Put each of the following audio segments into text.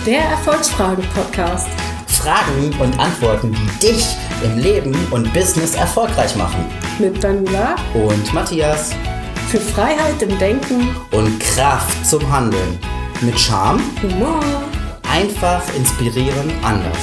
Der Erfolgsfragen-Podcast. Fragen und Antworten, die dich im Leben und Business erfolgreich machen. Mit Daniela Und Matthias. Für Freiheit im Denken Und Kraft zum Handeln. Mit Charme, Humor. einfach inspirieren, anders.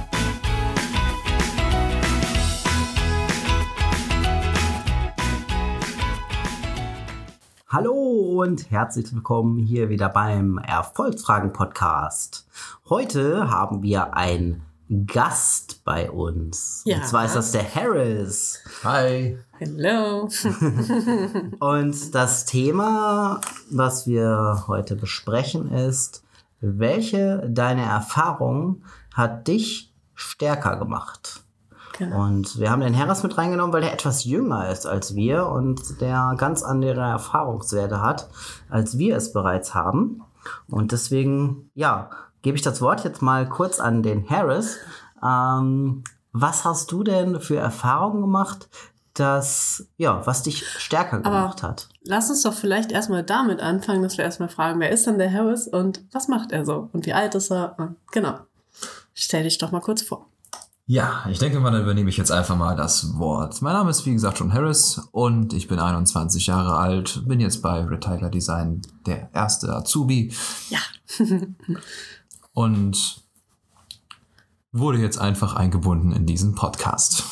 Hallo und herzlich willkommen hier wieder beim Erfolgsfragen-Podcast. Heute haben wir einen Gast bei uns. Ja. Und zwar ist das der Harris. Hi. Hello. Und das Thema, was wir heute besprechen, ist, welche deiner Erfahrungen hat dich stärker gemacht? Genau. Und wir haben den Harris mit reingenommen, weil der etwas jünger ist als wir und der ganz andere Erfahrungswerte hat, als wir es bereits haben. Und deswegen, gebe ich das Wort jetzt mal kurz an den Harris. Was hast du denn für Erfahrungen gemacht, was dich stärker gemacht hat? Lass uns doch vielleicht erstmal damit anfangen, dass wir erstmal fragen, wer ist denn der Harris und was macht er so? Und wie alt ist er? Und genau. Stell dich doch mal kurz vor. Ja, ich denke mal, dann übernehme ich jetzt einfach mal das Wort. Mein Name ist, wie gesagt, John Harris und ich bin 21 Jahre alt, bin jetzt bei Retiger Design der erste Azubi Ja. und wurde jetzt einfach eingebunden in diesen Podcast.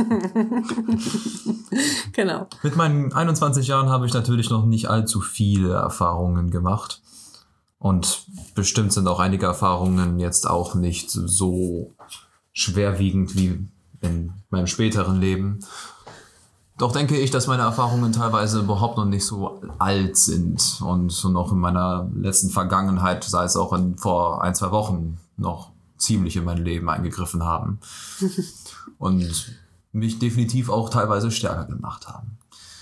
Genau. Mit meinen 21 Jahren habe ich natürlich noch nicht allzu viele Erfahrungen gemacht und bestimmt sind auch einige Erfahrungen jetzt auch nicht so schwerwiegend wie in meinem späteren Leben. Doch denke ich, dass meine Erfahrungen teilweise überhaupt noch nicht so alt sind und so noch in meiner letzten Vergangenheit, sei es auch vor 1-2 Wochen, noch ziemlich in mein Leben eingegriffen haben und mich definitiv auch teilweise stärker gemacht haben.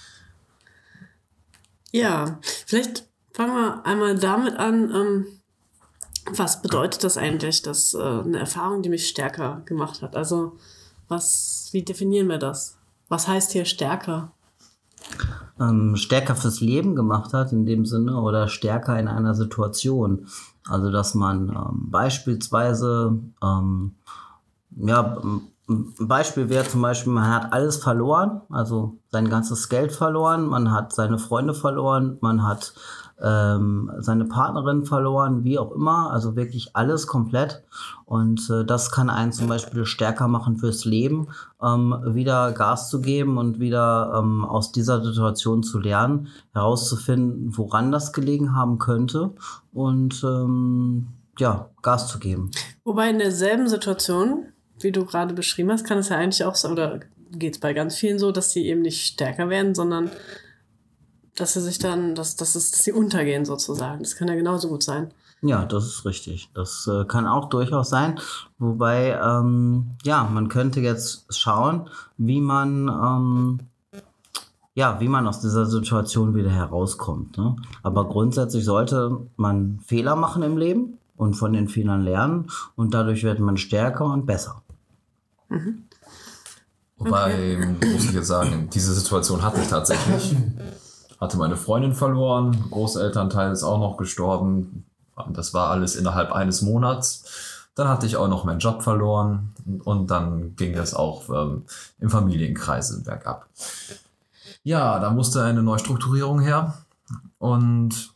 Ja, vielleicht fangen wir einmal damit an, was bedeutet das eigentlich, dass eine Erfahrung, die mich stärker gemacht hat? Also wie definieren wir das? Was heißt hier stärker? Stärker fürs Leben gemacht hat in dem Sinne oder stärker in einer Situation. Also dass man beispielsweise, ein Beispiel wäre zum Beispiel, man hat alles verloren, also sein ganzes Geld verloren, man hat seine Freunde verloren, man hat seine Partnerin verloren, wie auch immer, also wirklich alles komplett. Und das kann einen zum Beispiel stärker machen fürs Leben, wieder Gas zu geben und wieder aus dieser Situation zu lernen, herauszufinden, woran das gelegen haben könnte und Gas zu geben. Wobei in derselben Situation, wie du gerade beschrieben hast, kann es ja eigentlich auch so, oder geht es bei ganz vielen so, dass sie eben nicht stärker werden, sondern dass sie sich dann, dass sie untergehen sozusagen. Das kann ja genauso gut sein. Ja, das ist richtig. Das kann auch durchaus sein. Wobei, man könnte jetzt schauen, wie man aus dieser Situation wieder herauskommt. Ne? Aber grundsätzlich sollte man Fehler machen im Leben und von den Fehlern lernen und dadurch wird man stärker und besser. Mhm. Wobei, muss ich jetzt sagen, diese Situation hatte ich tatsächlich. Hatte meine Freundin verloren, Großelternteil ist auch noch gestorben. Das war alles innerhalb eines Monats. Dann hatte ich auch noch meinen Job verloren und dann ging das auch im Familienkreis bergab. Ja, da musste eine Neustrukturierung her und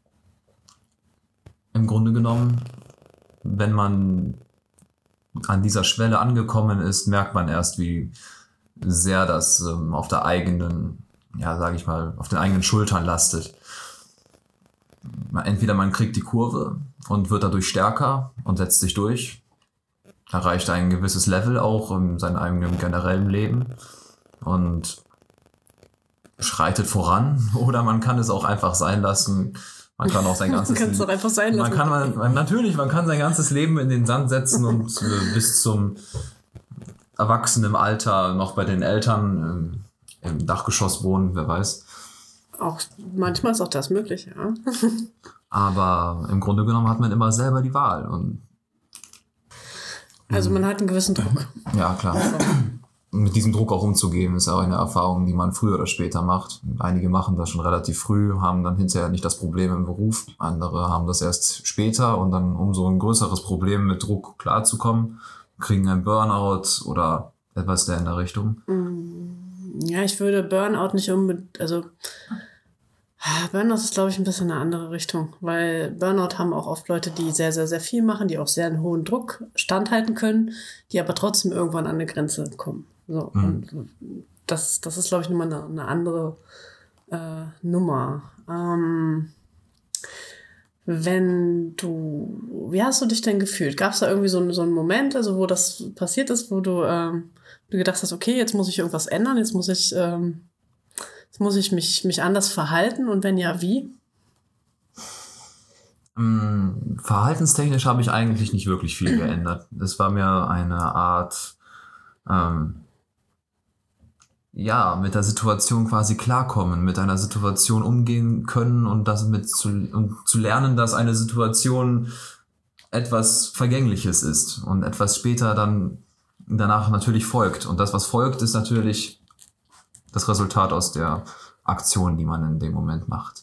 im Grunde genommen, wenn man an dieser Schwelle angekommen ist, merkt man erst, wie sehr das auf der eigenen, auf den eigenen Schultern lastet. Entweder man kriegt die Kurve und wird dadurch stärker und setzt sich durch, erreicht ein gewisses Level auch in seinem eigenen generellen Leben und schreitet voran, oder man kann es auch einfach sein lassen. Man kann auch sein ganzes Kannst du auch einfach sein lassen. Man kann sein ganzes Leben in den Sand setzen und bis zum Erwachsenenalter noch bei den Eltern im Dachgeschoss wohnen, wer weiß. Auch manchmal ist auch das möglich, ja. Aber im Grunde genommen hat man immer selber die Wahl. Also man hat einen gewissen Druck. Ja, klar. mit diesem Druck auch umzugehen, ist auch eine Erfahrung, die man früher oder später macht. Einige machen das schon relativ früh, haben dann hinterher nicht das Problem im Beruf. Andere haben das erst später und dann umso ein größeres Problem, mit Druck klarzukommen, kriegen einen Burnout oder etwas in der Richtung. Ja, ich würde Burnout nicht unbedingt, also Burnout ist, glaube ich, ein bisschen eine andere Richtung, weil Burnout haben auch oft Leute, die sehr, sehr, sehr viel machen, die auch sehr einen hohen Druck standhalten können, die aber trotzdem irgendwann an eine Grenze kommen. So, und das ist, glaube ich, nochmal eine andere Nummer. Wie hast du dich denn gefühlt? Gab es da irgendwie so einen Moment, also wo das passiert ist, wo du gedacht hast, okay, jetzt muss ich irgendwas ändern, jetzt muss ich mich anders verhalten, und wenn ja, wie? Verhaltenstechnisch habe ich eigentlich nicht wirklich viel geändert. Es war mir eine Art, mit der Situation quasi klarkommen, mit einer Situation umgehen können und zu lernen, dass eine Situation etwas Vergängliches ist und etwas später dann danach natürlich folgt. Und das, was folgt, ist natürlich das Resultat aus der Aktion, die man in dem Moment macht.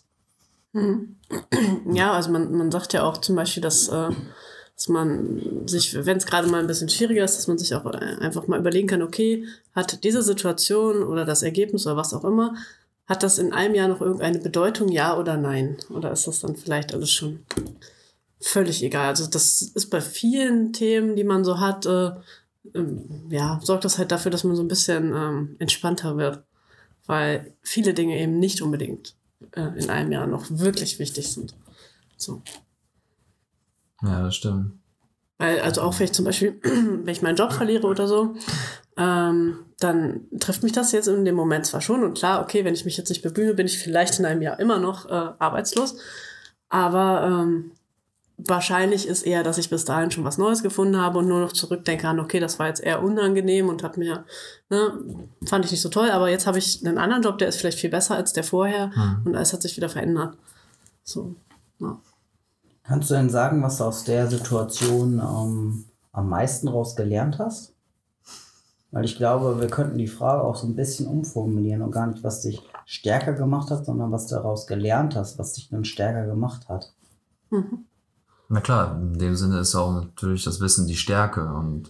Ja, also man sagt ja auch zum Beispiel, dass man sich, wenn es gerade mal ein bisschen schwieriger ist, dass man sich auch einfach mal überlegen kann, okay, hat diese Situation oder das Ergebnis oder was auch immer, hat das in einem Jahr noch irgendeine Bedeutung, ja oder nein? Oder ist das dann vielleicht alles schon völlig egal? Also das ist bei vielen Themen, die man so hat, sorgt das halt dafür, dass man so ein bisschen entspannter wird, weil viele Dinge eben nicht unbedingt in einem Jahr noch wirklich wichtig sind. So. Ja, das stimmt. Weil, also auch vielleicht zum Beispiel, wenn ich meinen Job verliere oder so, dann trifft mich das jetzt in dem Moment zwar schon, und klar, okay, wenn ich mich jetzt nicht bemühe, bin ich vielleicht in einem Jahr immer noch arbeitslos, aber wahrscheinlich ist eher, dass ich bis dahin schon was Neues gefunden habe und nur noch zurückdenke an, okay, das war jetzt eher unangenehm und hat mir, fand ich nicht so toll, aber jetzt habe ich einen anderen Job, der ist vielleicht viel besser als der vorher, und alles hat sich wieder verändert. So, ja. Kannst du denn sagen, was du aus der Situation am meisten raus gelernt hast? Weil ich glaube, wir könnten die Frage auch so ein bisschen umformulieren und gar nicht, was dich stärker gemacht hat, sondern was du daraus gelernt hast, was dich dann stärker gemacht hat. Na klar, in dem Sinne ist auch natürlich das Wissen die Stärke, und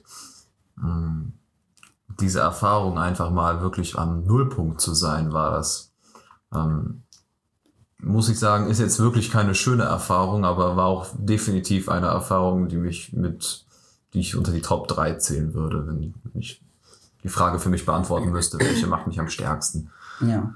diese Erfahrung, einfach mal wirklich am Nullpunkt zu sein, war das. Muss ich sagen, ist jetzt wirklich keine schöne Erfahrung, aber war auch definitiv eine Erfahrung, die ich unter die Top 3 zählen würde, wenn ich die Frage für mich beantworten müsste, welche macht mich am stärksten. Ja.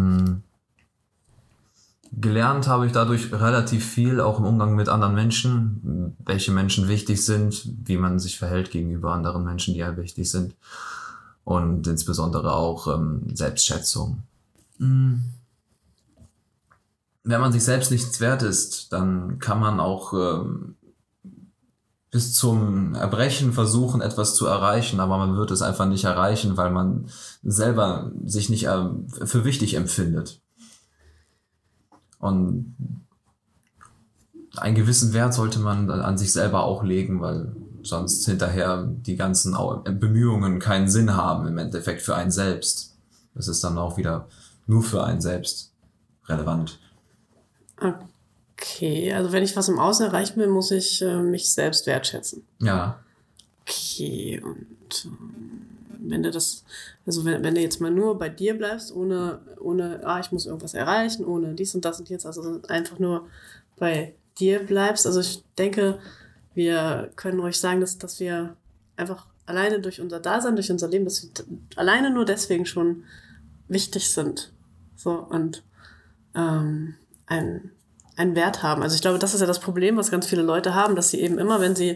Gelernt habe ich dadurch relativ viel, auch im Umgang mit anderen Menschen, welche Menschen wichtig sind, wie man sich verhält gegenüber anderen Menschen, die einem wichtig sind, und insbesondere auch Selbstschätzung. Wenn man sich selbst nichts wert ist, dann kann man auch bis zum Erbrechen versuchen, etwas zu erreichen, aber man wird es einfach nicht erreichen, weil man selber sich nicht für wichtig empfindet. Und einen gewissen Wert sollte man an sich selber auch legen, weil sonst hinterher die ganzen Bemühungen keinen Sinn haben im Endeffekt für einen selbst. Das ist dann auch wieder nur für einen selbst relevant. Okay, also wenn ich was im Außen erreichen will, muss ich mich selbst wertschätzen. Ja. Okay, und wenn du wenn du jetzt mal nur bei dir bleibst, ohne ich muss irgendwas erreichen, ohne dies und das und jetzt, also einfach nur bei dir bleibst, also ich denke, wir können ruhig sagen, dass wir einfach alleine durch unser Dasein, durch unser Leben, dass wir alleine nur deswegen schon wichtig sind. So, und einen Wert haben. Also ich glaube, das ist ja das Problem, was ganz viele Leute haben, dass sie eben immer, wenn sie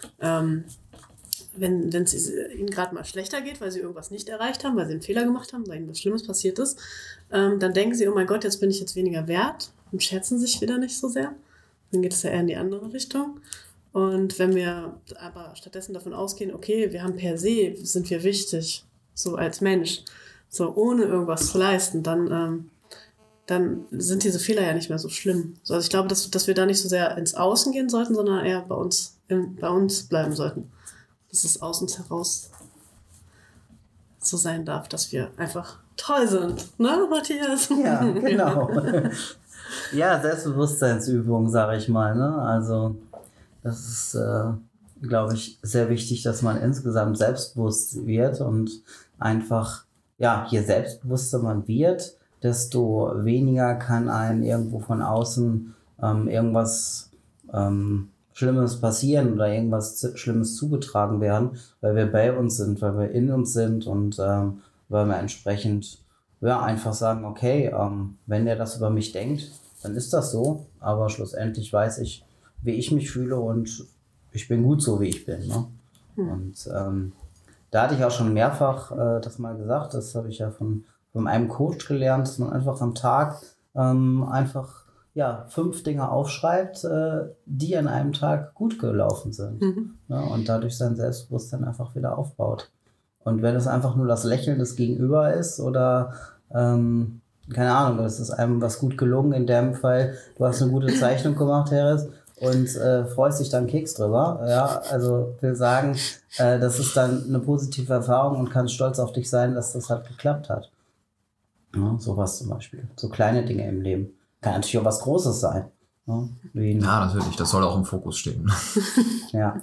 wenn es ihnen gerade mal schlechter geht, weil sie irgendwas nicht erreicht haben, weil sie einen Fehler gemacht haben, weil ihnen was Schlimmes passiert ist, dann denken sie, oh mein Gott, jetzt bin ich jetzt weniger wert, und schätzen sich wieder nicht so sehr. Dann geht es ja eher in die andere Richtung. Und wenn wir aber stattdessen davon ausgehen, okay, wir haben per se, sind wir wichtig, so als Mensch, so ohne irgendwas zu leisten, dann sind diese Fehler ja nicht mehr so schlimm. Also ich glaube, dass wir da nicht so sehr ins Außen gehen sollten, sondern eher bei uns bleiben sollten. Dass es aus uns heraus so sein darf, dass wir einfach toll sind. Ne, Matthias? Ja, genau. Ja, Selbstbewusstseinsübung, sage ich mal. Ne? Also das ist, glaube ich, sehr wichtig, dass man insgesamt selbstbewusst wird und einfach, ja, je selbstbewusster man wird, desto weniger kann einem irgendwo von außen irgendwas Schlimmes passieren oder irgendwas Schlimmes zugetragen werden, weil wir bei uns sind, weil wir in uns sind und weil wir entsprechend ja, einfach sagen, okay, wenn der das über mich denkt, dann ist das so, aber schlussendlich weiß ich, wie ich mich fühle und ich bin gut so, wie ich bin. Ne? Und da hatte ich auch schon mehrfach das mal gesagt, das habe ich ja von einem Coach gelernt, dass man einfach am Tag einfach 5 Dinge aufschreibt, die an einem Tag gut gelaufen sind. Ja, und dadurch sein Selbstbewusstsein einfach wieder aufbaut. Und wenn es einfach nur das Lächeln des Gegenüber ist oder keine Ahnung, es ist einem was gut gelungen in dem Fall, du hast eine gute Zeichnung gemacht, Harris, und freust dich dann Keks drüber. Ja, also will sagen, das ist dann eine positive Erfahrung und kannst stolz auf dich sein, dass das halt geklappt hat. Ja, sowas zum Beispiel. So kleine Dinge im Leben. Kann natürlich auch was Großes sein. Ja, natürlich, das soll auch im Fokus stehen. Ja.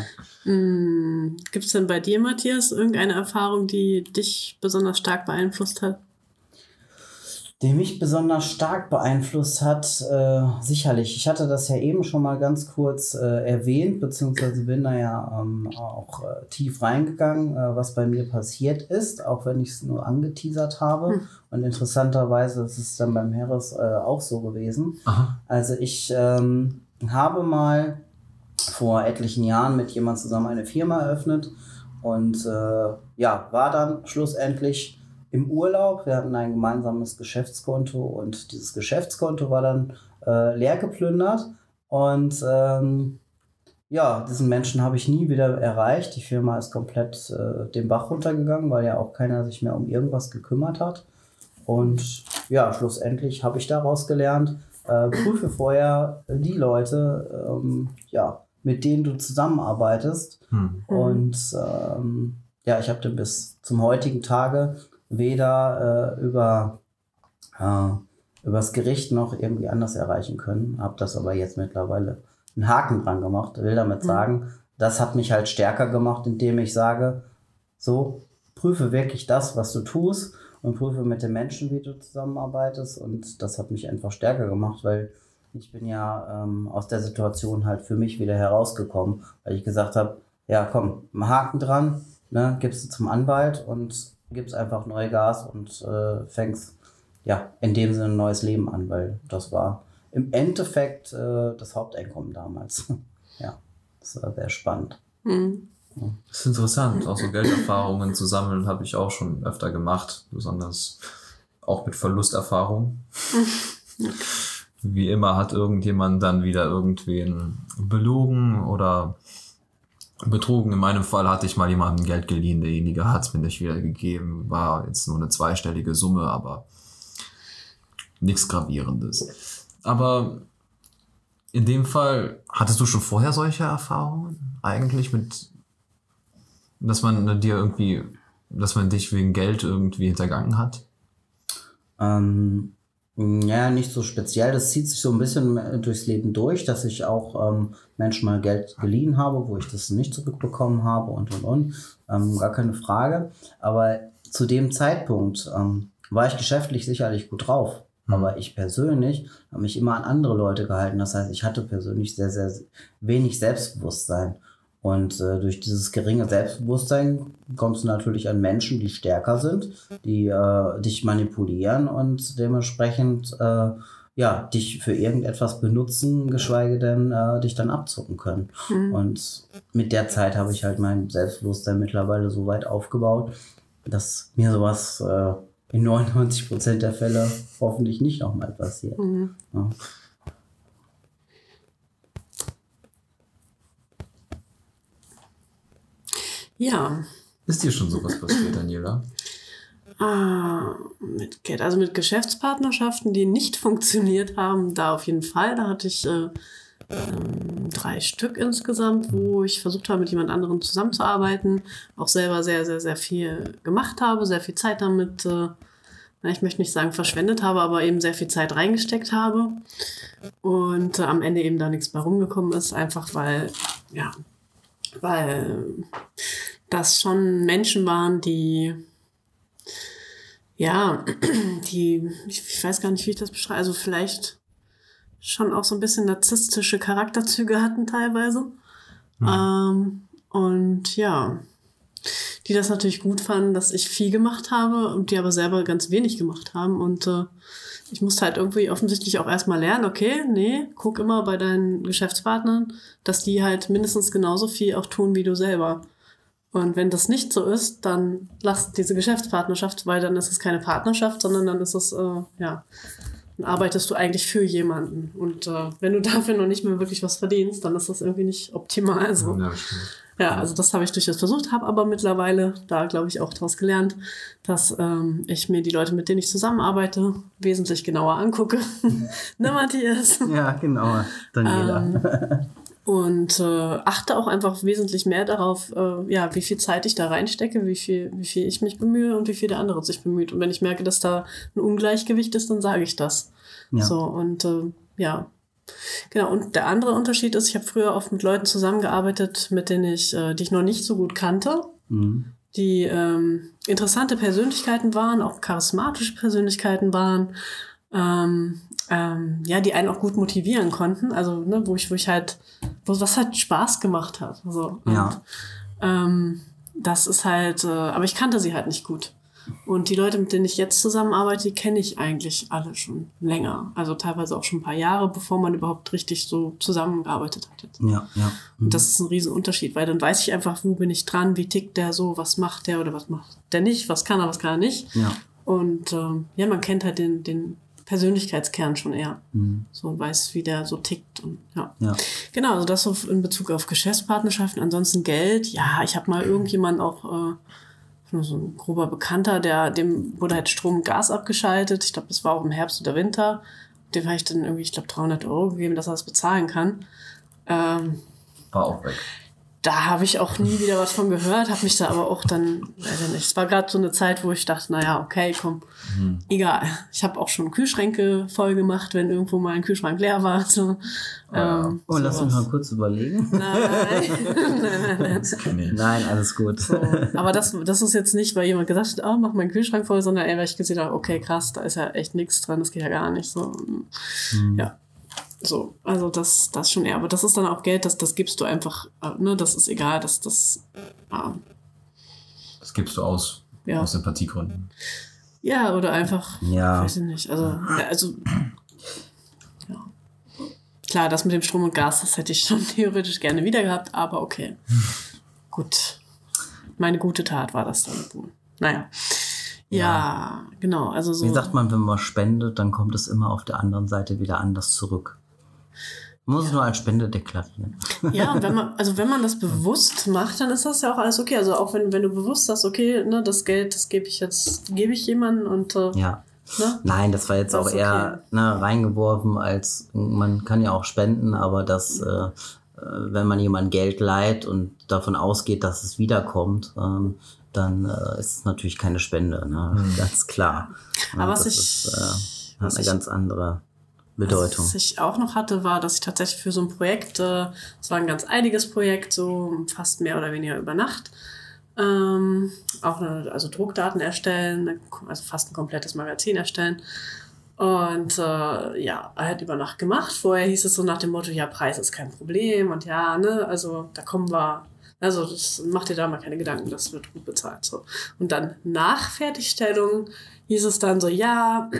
Gibt es denn bei dir, Matthias, irgendeine Erfahrung, die dich besonders stark beeinflusst hat? Die mich besonders stark beeinflusst hat, sicherlich. Ich hatte das ja eben schon mal ganz kurz erwähnt, beziehungsweise bin da ja auch tief reingegangen, was bei mir passiert ist, auch wenn ich es nur angeteasert habe. Und interessanterweise ist es dann beim Harris auch so gewesen. Aha. Also ich habe mal vor etlichen Jahren mit jemandem zusammen eine Firma eröffnet und war dann schlussendlich im Urlaub. Wir hatten ein gemeinsames Geschäftskonto und dieses Geschäftskonto war dann leer geplündert und diesen Menschen habe ich nie wieder erreicht. Die Firma ist komplett den Bach runtergegangen, weil ja auch keiner sich mehr um irgendwas gekümmert hat. Und ja, schlussendlich habe ich daraus gelernt, prüfe vorher die Leute, mit denen du zusammenarbeitest. Und ich habe dann bis zum heutigen Tage weder übers Gericht noch irgendwie anders erreichen können. Habe das aber jetzt mittlerweile einen Haken dran gemacht. Will damit sagen, das hat mich halt stärker gemacht, indem ich sage, so, prüfe wirklich das, was du tust und prüfe mit den Menschen, wie du zusammenarbeitest. Und das hat mich einfach stärker gemacht, weil ich bin ja aus der Situation halt für mich wieder herausgekommen, weil ich gesagt habe, ja komm, einen Haken dran, ne, gibst du zum Anwalt und gibst einfach neu Gas und fängst in dem Sinne ein neues Leben an, weil das war im Endeffekt das Haupteinkommen damals. Ja, das war sehr spannend. Das ist interessant, auch so Gelderfahrungen zu sammeln, habe ich auch schon öfter gemacht, besonders auch mit Verlusterfahrung. Wie immer hat irgendjemand dann wieder irgendwen belogen oder betrogen. In meinem Fall hatte ich mal jemandem Geld geliehen, derjenige hat es mir nicht wieder gegeben. War jetzt nur eine zweistellige Summe, aber nichts Gravierendes. Aber in dem Fall, hattest du schon vorher solche Erfahrungen eigentlich dass man dich wegen Geld irgendwie hintergangen hat? Ja, nicht so speziell. Das zieht sich so ein bisschen durchs Leben durch, dass ich auch Menschen mal Geld geliehen habe, wo ich das nicht zurückbekommen habe und. Gar keine Frage. Aber zu dem Zeitpunkt war ich geschäftlich sicherlich gut drauf. Aber ich persönlich habe mich immer an andere Leute gehalten. Das heißt, ich hatte persönlich sehr, sehr wenig Selbstbewusstsein. Und durch dieses geringe Selbstbewusstsein kommst du natürlich an Menschen, die stärker sind, die dich manipulieren und dementsprechend dich für irgendetwas benutzen, geschweige denn dich dann abzocken können. Und mit der Zeit habe ich halt mein Selbstbewusstsein mittlerweile so weit aufgebaut, dass mir sowas in 99% der Fälle hoffentlich nicht nochmal passiert. Ja. Ja. Ist dir schon sowas passiert, Daniela? Mit Geld, also mit Geschäftspartnerschaften, die nicht funktioniert haben, da auf jeden Fall. Da hatte ich 3 Stück insgesamt, wo ich versucht habe, mit jemand anderem zusammenzuarbeiten, auch selber sehr, sehr, sehr viel gemacht habe, sehr viel Zeit damit, ich möchte nicht sagen verschwendet habe, aber eben sehr viel Zeit reingesteckt habe und am Ende eben da nichts bei rumgekommen ist, einfach weil das schon Menschen waren, die ich weiß gar nicht, wie ich das beschreibe, also vielleicht schon auch so ein bisschen narzisstische Charakterzüge hatten teilweise. Und ja, die das natürlich gut fanden, dass ich viel gemacht habe und die aber selber ganz wenig gemacht haben. Und ich musste halt irgendwie offensichtlich auch erstmal lernen, okay, nee, guck immer bei deinen Geschäftspartnern, dass die halt mindestens genauso viel auch tun wie du selber. Und wenn das nicht so ist, dann lass diese Geschäftspartnerschaft, weil dann ist es keine Partnerschaft, sondern dann ist es, dann arbeitest du eigentlich für jemanden. Und wenn du dafür noch nicht mehr wirklich was verdienst, dann ist das irgendwie nicht optimal. Also, also das habe ich durchaus versucht, habe aber mittlerweile da, glaube ich, auch daraus gelernt, dass ich mir die Leute, mit denen ich zusammenarbeite, wesentlich genauer angucke. Ne, Matthias? Ja, genauer, Daniela. Und achte auch einfach wesentlich mehr darauf, wie viel Zeit ich da reinstecke, wie viel ich mich bemühe und wie viel der andere sich bemüht. Und wenn ich merke, dass da ein Ungleichgewicht ist, dann sage ich das. Ja. So, und genau. Und der andere Unterschied ist, ich habe früher oft mit Leuten zusammengearbeitet, mit denen die ich noch nicht so gut kannte, die interessante Persönlichkeiten waren, auch charismatische Persönlichkeiten waren, die einen auch gut motivieren konnten, also ne, was halt Spaß gemacht hat. So. Und, das ist halt, aber ich kannte sie halt nicht gut. Und die Leute, mit denen ich jetzt zusammenarbeite, die kenne ich eigentlich alle schon länger. Also teilweise auch schon ein paar Jahre, bevor man überhaupt richtig so zusammengearbeitet hat. Jetzt. Ja. Und das ist ein Riesenunterschied, weil dann weiß ich einfach, wo bin ich dran, wie tickt der so, was macht der oder was macht der nicht, was kann er, was kann er nicht. Ja. Und man kennt halt den Persönlichkeitskern schon eher. So und weiß, wie der so tickt. Und, ja. Genau, also das so in Bezug auf Geschäftspartnerschaften. Ansonsten Geld. Ja, ich habe mal irgendjemanden auch, so ein grober Bekannter, dem wurde halt Strom und Gas abgeschaltet. Ich glaube, das war auch im Herbst oder Winter. Dem habe ich dann irgendwie, ich glaube, 300 € gegeben, dass er das bezahlen kann. War auch weg. Da habe ich auch nie wieder was von gehört, habe mich da aber auch dann, weiß ich nicht, es war gerade so eine Zeit, wo ich dachte, naja, okay, komm, egal. Ich habe auch schon Kühlschränke voll gemacht, wenn irgendwo mal ein Kühlschrank leer war. So. Lass mich mal kurz überlegen. Nein. Das kenn ich. Nein, alles gut. So. Aber das ist jetzt nicht, weil jemand gesagt hat, mach meinen Kühlschrank voll, sondern weil ich gesehen habe, okay, krass, da ist ja echt nichts dran, das geht ja gar nicht. So. Ja. So, also das schon eher. Aber das ist dann auch Geld, das gibst du einfach, ne, das ist egal, das gibst du aus Sympathiegründen. Ja, oder einfach, weiß ich nicht, also klar, das mit dem Strom und Gas, das hätte ich schon theoretisch gerne wieder gehabt, aber okay. Gut. Meine gute Tat war das dann wohl. Naja. Ja, genau. Also so. Wie sagt man, wenn man spendet, dann kommt es immer auf der anderen Seite wieder anders zurück. Man muss es nur als Spende deklarieren. Ja, und wenn man das bewusst macht, dann ist das ja auch alles okay. Also auch wenn du bewusst sagst, okay, ne, das Geld, das gebe ich jemandem und ja. Ne? Nein, das war jetzt auch eher reingeworfen, als man kann ja auch spenden, aber das, wenn man jemandem Geld leiht und davon ausgeht, dass es wiederkommt, dann ist es natürlich keine Spende, ne? Ganz klar. Aber hat eine ganz andere Bedeutung. Was ich auch noch hatte, war, dass ich tatsächlich für so ein Projekt, es war ein ganz einiges Projekt, so fast mehr oder weniger über Nacht, also Druckdaten erstellen, also fast ein komplettes Magazin erstellen. Und halt über Nacht gemacht. Vorher hieß es so nach dem Motto, ja, Preis ist kein Problem und ja, ne, also da kommen wir, also das macht dir da mal keine Gedanken, das wird gut bezahlt. So. Und dann nach Fertigstellung hieß es dann so, ja,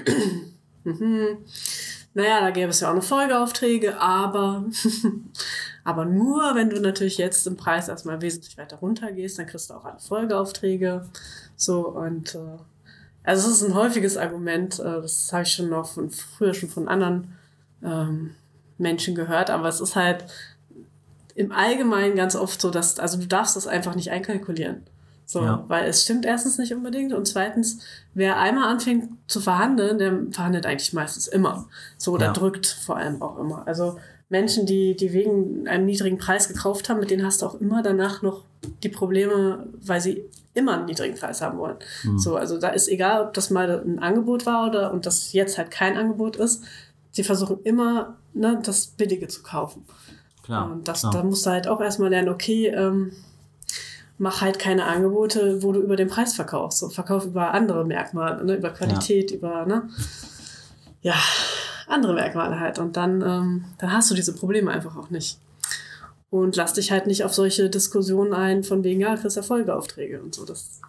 naja, da gäbe es ja auch noch Folgeaufträge, aber nur, wenn du natürlich jetzt im Preis erstmal wesentlich weiter runter gehst, dann kriegst du auch alle Folgeaufträge. So, und also es ist ein häufiges Argument, das habe ich schon noch früher von anderen Menschen gehört, aber es ist halt im Allgemeinen ganz oft so, dass, also du darfst das einfach nicht einkalkulieren. So, weil es stimmt erstens nicht unbedingt und zweitens, wer einmal anfängt zu verhandeln, der verhandelt eigentlich meistens immer. So, oder drückt vor allem auch immer. Also Menschen, die wegen einem niedrigen Preis gekauft haben, mit denen hast du auch immer danach noch die Probleme, weil sie immer einen niedrigen Preis haben wollen. So, also da ist egal, ob das mal ein Angebot war und das jetzt halt kein Angebot ist. Sie versuchen immer, ne, das Billige zu kaufen. Klar. Und da musst du halt auch erstmal lernen, okay, mach halt keine Angebote, wo du über den Preis verkaufst. So, verkauf über andere Merkmale, ne, über Qualität, über, ne, ja, andere Merkmale halt. Und dann hast du diese Probleme einfach auch nicht. Und lass dich halt nicht auf solche Diskussionen ein, von wegen, ja, kriegst ja Folgeaufträge und so.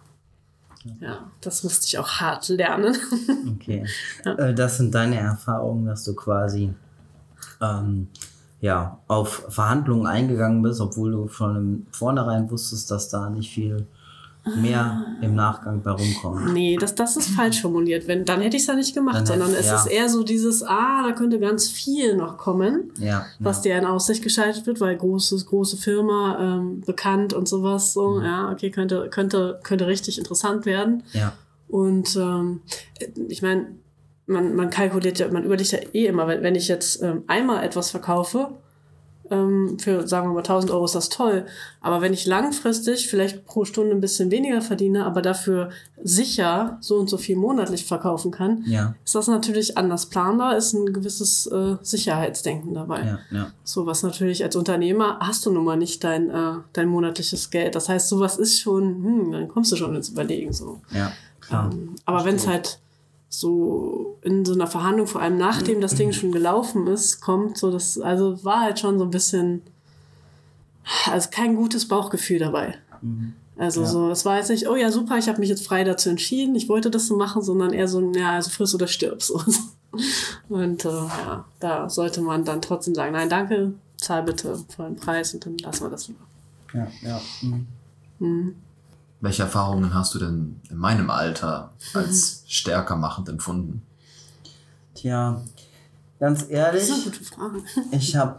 Das musste ich auch hart lernen. Okay. Das sind deine Erfahrungen, dass du quasi auf Verhandlungen eingegangen bist, obwohl du schon im Vornherein wusstest, dass da nicht viel mehr im Nachgang bei rumkommt. Nee, das ist falsch formuliert. Dann hätte ich es ja nicht gemacht, sondern es ist eher so dieses, da könnte ganz viel noch kommen, was dir in Aussicht geschaltet wird, weil große Firma, bekannt und sowas, so, okay, könnte richtig interessant werden. Ja. Und ich meine, man kalkuliert ja, man überlegt ja immer, wenn ich jetzt einmal etwas verkaufe, für, sagen wir mal, 1.000 Euro ist das toll. Aber wenn ich langfristig vielleicht pro Stunde ein bisschen weniger verdiene, aber dafür sicher so und so viel monatlich verkaufen kann, ist das natürlich anders planbar, ist ein gewisses Sicherheitsdenken dabei. Ja. So, was natürlich als Unternehmer hast du nun mal nicht dein monatliches Geld. Das heißt, sowas ist schon, dann kommst du schon ins Überlegen. So. Ja, klar. Aber wenn es halt so in so einer Verhandlung, vor allem nachdem das Ding schon gelaufen ist, kommt so das, also war halt schon so ein bisschen, also kein gutes Bauchgefühl dabei. Also so, es war jetzt nicht, oh ja, super, ich habe mich jetzt frei dazu entschieden, ich wollte das so machen, sondern eher so, also friss oder stirb. So. Und da sollte man dann trotzdem sagen, nein, danke, zahl bitte vollen Preis und dann lassen wir das lieber. Welche Erfahrungen hast du denn in meinem Alter als stärker machend empfunden? Tja, ganz ehrlich, das ist eine gute Frage. Ich habe,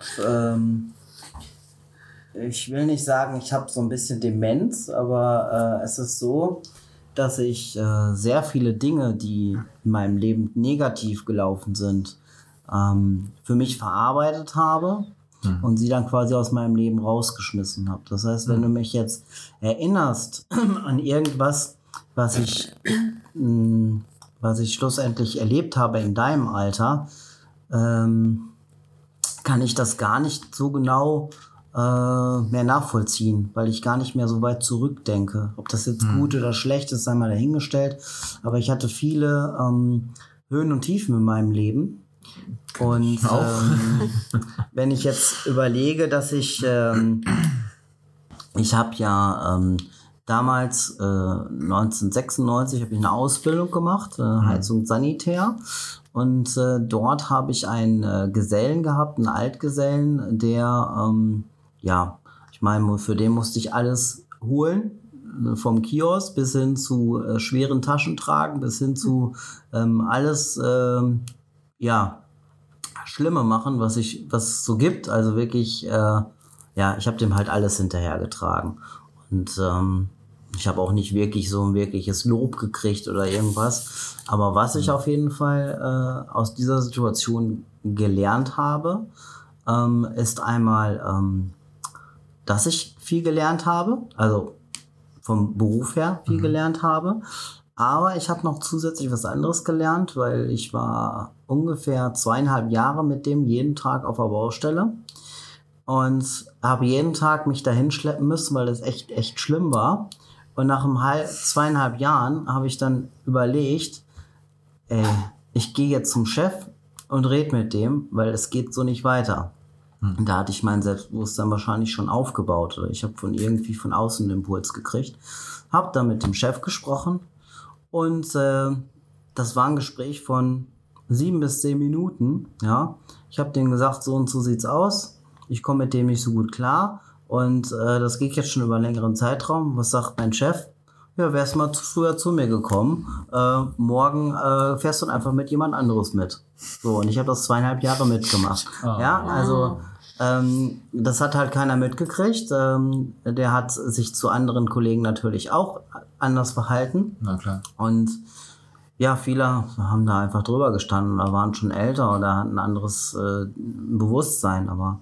ich will nicht sagen, ich habe so ein bisschen Demenz, aber es ist so, dass ich sehr viele Dinge, die in meinem Leben negativ gelaufen sind, für mich verarbeitet habe. Und sie dann quasi aus meinem Leben rausgeschmissen habe. Das heißt, wenn du mich jetzt erinnerst an irgendwas, was ich schlussendlich erlebt habe in deinem Alter, kann ich das gar nicht so genau mehr nachvollziehen, weil ich gar nicht mehr so weit zurückdenke. Ob das jetzt gut oder schlecht ist, sei mal dahingestellt. Aber ich hatte viele Höhen und Tiefen in meinem Leben. Und wenn ich jetzt überlege, dass ich habe ja damals 1996 habe ich eine Ausbildung gemacht, Heizung Sanitär, und dort habe ich einen Gesellen gehabt, einen Altgesellen, der ich meine, für den musste ich alles holen, vom Kiosk bis hin zu schweren Taschen tragen, bis hin zu alles Schlimme machen, was es so gibt. Also wirklich, ich habe dem halt alles hinterhergetragen. Und ich habe auch nicht wirklich so ein wirkliches Lob gekriegt oder irgendwas. Aber was ich auf jeden Fall aus dieser Situation gelernt habe, ist einmal, dass ich viel gelernt habe, also vom Beruf her viel gelernt habe. Aber ich habe noch zusätzlich was anderes gelernt, weil ich war ungefähr 2,5 Jahre mit dem jeden Tag auf der Baustelle und habe jeden Tag mich dahin schleppen müssen, weil das echt schlimm war. Und nach 2,5 Jahren habe ich dann überlegt, ich gehe jetzt zum Chef und rede mit dem, weil es geht so nicht weiter. Und da hatte ich mein Selbstbewusstsein wahrscheinlich schon aufgebaut. Oder ich habe von außen einen Impuls gekriegt, habe dann mit dem Chef gesprochen. Und das war ein Gespräch von 7 bis 10 Minuten. Ja, ich habe denen gesagt, so und so sieht's aus. Ich komme mit dem nicht so gut klar. Und das geht jetzt schon über einen längeren Zeitraum. Was sagt mein Chef? Ja, wärst mal früher zu mir gekommen. Morgen fährst du dann einfach mit jemand anderes mit. So, und ich habe das 2,5 Jahre mitgemacht. Ja, also Das hat halt keiner mitgekriegt. Der hat sich zu anderen Kollegen natürlich auch anders verhalten. Na klar. Und ja, viele haben da einfach drüber gestanden oder waren schon älter oder hatten ein anderes Bewusstsein. Aber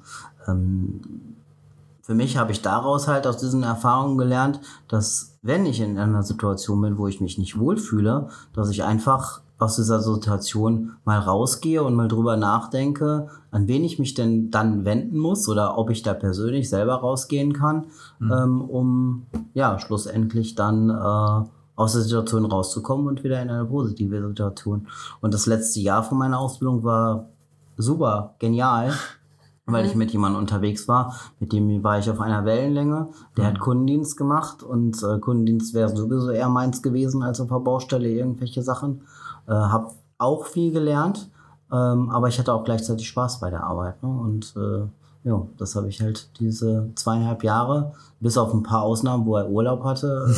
für mich habe ich daraus halt aus diesen Erfahrungen gelernt, dass wenn ich in einer Situation bin, wo ich mich nicht wohlfühle, dass ich einfach aus dieser Situation mal rausgehe und mal drüber nachdenke, an wen ich mich denn dann wenden muss oder ob ich da persönlich selber rausgehen kann, um ja schlussendlich dann aus der Situation rauszukommen und wieder in eine positive Situation. Und das letzte Jahr von meiner Ausbildung war super genial, weil ich mit jemandem unterwegs war, mit dem war ich auf einer Wellenlänge. Der hat Kundendienst gemacht und Kundendienst wäre sowieso eher meins gewesen als auf der Baustelle irgendwelche Sachen. Hab auch viel gelernt, aber ich hatte auch gleichzeitig Spaß bei der Arbeit. Ne? Und ja, das habe ich halt diese 2,5 Jahre, bis auf ein paar Ausnahmen, wo er Urlaub hatte,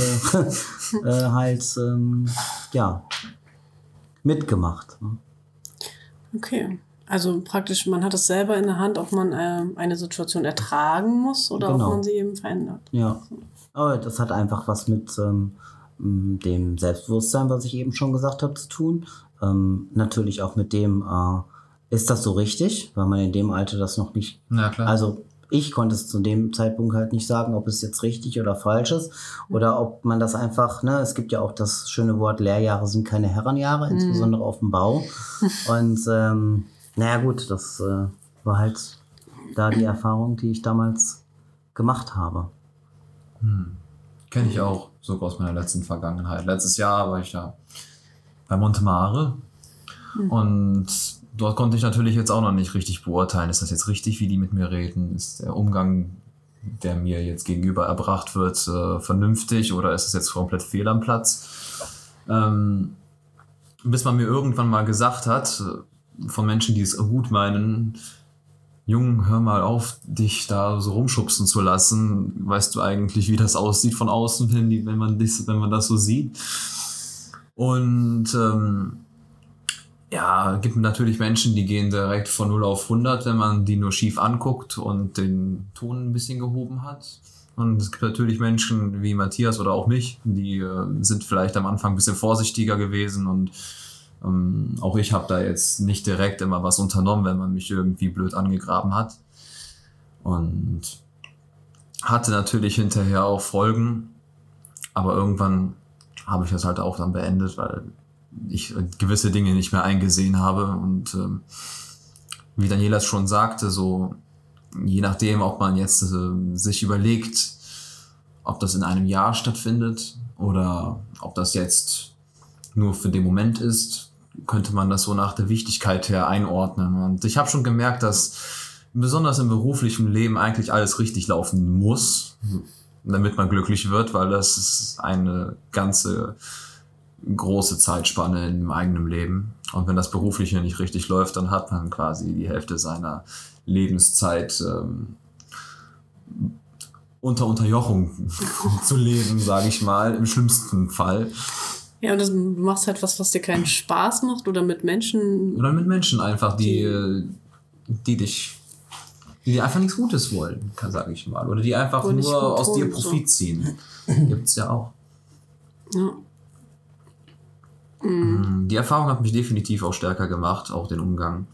ja, mitgemacht. Ne? Okay. Also praktisch, man hat es selber in der Hand, ob man eine Situation ertragen muss oder ob man sie eben verändert. Ja, aber das hat einfach was mit dem Selbstbewusstsein, was ich eben schon gesagt habe, zu tun. Natürlich auch mit dem, ist das so richtig, weil man in dem Alter das noch nicht... Na klar. Also ich konnte es zu dem Zeitpunkt halt nicht sagen, ob es jetzt richtig oder falsch ist oder ob man das einfach, ne, es gibt ja auch das schöne Wort, Lehrjahre sind keine Herrenjahre, insbesondere auf dem Bau. Und naja gut, das war halt da die Erfahrung, die ich damals gemacht habe. Kenne ich auch, sogar aus meiner letzten Vergangenheit. Letztes Jahr war ich da bei Montemare und dort konnte ich natürlich jetzt auch noch nicht richtig beurteilen, ist das jetzt richtig, wie die mit mir reden? Ist der Umgang, der mir jetzt gegenüber erbracht wird, vernünftig oder ist es jetzt komplett fehl am Platz? Bis man mir irgendwann mal gesagt hat, von Menschen, die es gut meinen, Jung, hör mal auf, dich da so rumschubsen zu lassen. Weißt du eigentlich, wie das aussieht von außen, wenn man das so sieht? Und ja, gibt natürlich Menschen, die gehen direkt von 0 auf 100, wenn man die nur schief anguckt und den Ton ein bisschen gehoben hat. Und es gibt natürlich Menschen wie Matthias oder auch mich, die sind vielleicht am Anfang ein bisschen vorsichtiger gewesen und auch ich habe da jetzt nicht direkt immer was unternommen, wenn man mich irgendwie blöd angegraben hat. Und hatte natürlich hinterher auch Folgen, aber irgendwann habe ich das halt auch dann beendet, weil ich gewisse Dinge nicht mehr eingesehen habe. Und wie Danielas schon sagte, so je nachdem, ob man jetzt sich überlegt, ob das in einem Jahr stattfindet oder ob das jetzt nur für den Moment ist, könnte man das so nach der Wichtigkeit her einordnen. Und ich habe schon gemerkt, dass besonders im beruflichen Leben eigentlich alles richtig laufen muss, damit man glücklich wird, weil das ist eine ganze große Zeitspanne im eigenen Leben. Und wenn das Berufliche nicht richtig läuft, dann hat man quasi die Hälfte seiner Lebenszeit unter Unterjochung zu leben, sage ich mal, im schlimmsten Fall. Ja, und du machst halt was dir keinen Spaß macht oder mit Menschen... Oder mit Menschen einfach, die dir einfach nichts Gutes wollen, sage ich mal. Oder die einfach nur aus dir Profit ziehen. Gibt's ja auch. Ja. Die Erfahrung hat mich definitiv auch stärker gemacht, auch den Umgang.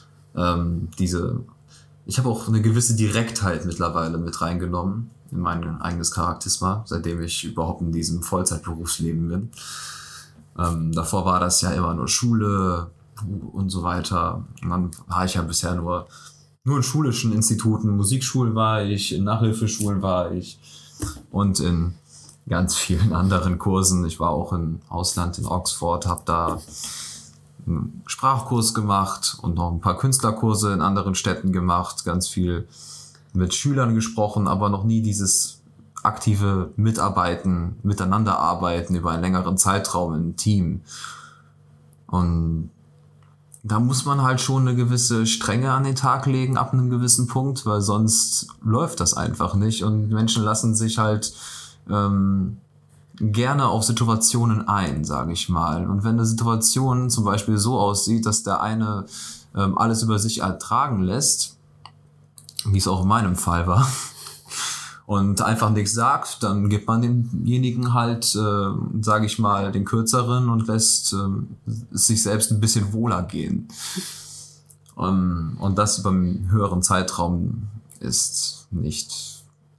Ich habe auch eine gewisse Direktheit mittlerweile mit reingenommen in mein eigenes Charakterisma, seitdem ich überhaupt in diesem Vollzeitberufsleben bin. Davor war das ja immer nur Schule und so weiter. Und dann war ich ja bisher nur in schulischen Instituten, Musikschulen war ich, in Nachhilfeschulen war ich und in ganz vielen anderen Kursen. Ich war auch im Ausland in Oxford, habe da einen Sprachkurs gemacht und noch ein paar Künstlerkurse in anderen Städten gemacht, ganz viel mit Schülern gesprochen, aber noch nie dieses aktive Mitarbeiten, Miteinanderarbeiten über einen längeren Zeitraum im Team. Und da muss man halt schon eine gewisse Strenge an den Tag legen ab einem gewissen Punkt, weil sonst läuft das einfach nicht und Menschen lassen sich halt gerne auf Situationen ein, sage ich mal. Und wenn eine Situation zum Beispiel so aussieht, dass der eine alles über sich ertragen lässt, wie es auch in meinem Fall war, und einfach nichts sagt, dann gibt man demjenigen halt, sage ich mal, den kürzeren und lässt es sich selbst ein bisschen wohler gehen. Und das über einen höheren Zeitraum ist nicht...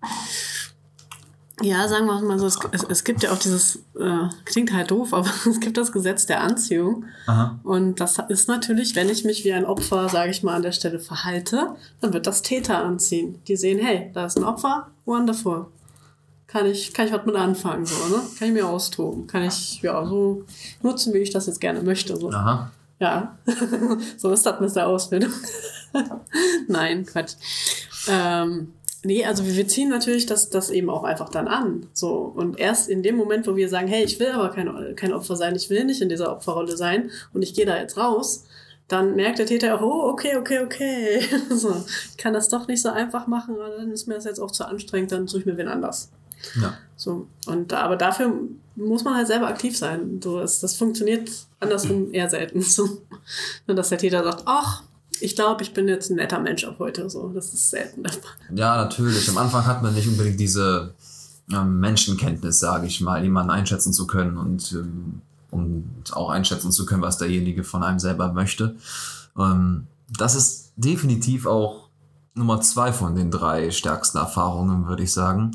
Ja, sagen wir mal so, es gibt ja auch dieses, klingt halt doof, aber es gibt das Gesetz der Anziehung. Aha. Und das ist natürlich, wenn ich mich wie ein Opfer, sage ich mal, an der Stelle verhalte, dann wird das Täter anziehen. Die sehen, hey, da ist ein Opfer, wonderful. Kann ich was mit anfangen, so, ne? Kann ich mir austoben. Kann ich, ja, so nutzen, wie ich das jetzt gerne möchte, so. Aha. Ja, so ist das mit der Ausbildung. Nein, Quatsch. Nee, also wir ziehen natürlich das eben auch einfach dann an. So. Und erst in dem Moment, wo wir sagen, hey, ich will aber kein Opfer sein, ich will nicht in dieser Opferrolle sein und ich gehe da jetzt raus, dann merkt der Täter auch, oh, okay. So, ich kann das doch nicht so einfach machen, aber dann ist mir das jetzt auch zu anstrengend, dann suche ich mir wen anders. Ja. So. Aber dafür muss man halt selber aktiv sein. So, das funktioniert andersrum eher selten. So. Nur dass der Täter sagt, ach, ich glaube, ich bin jetzt ein netter Mensch ab heute. So, das ist selten der Fall. Ja, natürlich. Am Anfang hat man nicht unbedingt diese Menschenkenntnis, sage ich mal, jemanden einschätzen zu können und auch einschätzen zu können, was derjenige von einem selber möchte. Das ist definitiv auch Nummer 2 von den 3 stärksten Erfahrungen, würde ich sagen.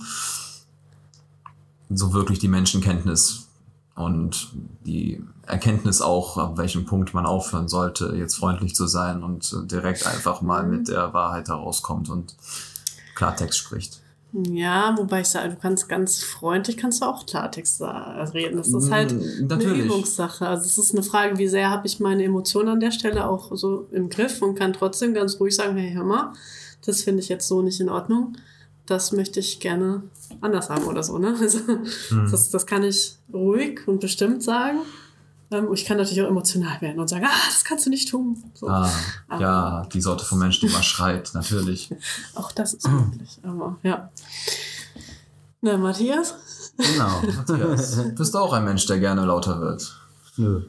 So wirklich die Menschenkenntnis und die Erkenntnis auch, ab welchem Punkt man aufhören sollte, jetzt freundlich zu sein und direkt einfach mal mit der Wahrheit herauskommt und Klartext spricht. Ja, wobei ich sage, du kannst ganz freundlich, kannst du auch Klartext reden. Das ist halt Natürlich. eine Übungssache. Also es ist eine Frage, wie sehr habe ich meine Emotionen an der Stelle auch so im Griff und kann trotzdem ganz ruhig sagen, hey, hör mal, das finde ich jetzt so nicht in Ordnung. Das möchte ich gerne anders haben oder so, ne? Also, das kann ich ruhig und bestimmt sagen. Ich kann natürlich auch emotional werden und sagen, das kannst du nicht tun. So. Ja, die Sorte von Menschen, die mal schreit, natürlich. Auch das ist möglich, aber ja. Na, Matthias? Genau. Matthias, bist du auch ein Mensch, der gerne lauter wird? Nö.